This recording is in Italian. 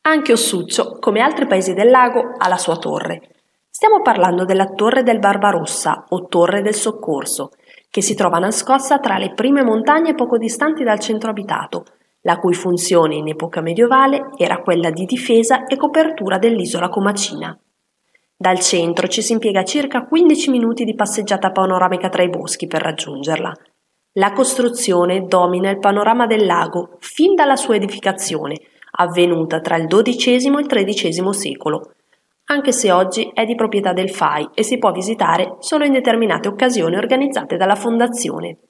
Anche Ossuccio, come altri paesi del lago, ha la sua torre. Stiamo parlando della Torre del Barbarossa o Torre del Soccorso, che si trova nascosta tra le prime montagne poco distanti dal centro abitato, la cui funzione in epoca medievale era quella di difesa e copertura dell'isola comacina. Dal centro ci si impiega circa 15 minuti di passeggiata panoramica tra i boschi per raggiungerla. La costruzione domina il panorama del lago fin dalla sua edificazione, avvenuta tra il XII e il XIII secolo, anche se oggi è di proprietà del FAI e si può visitare solo in determinate occasioni organizzate dalla Fondazione.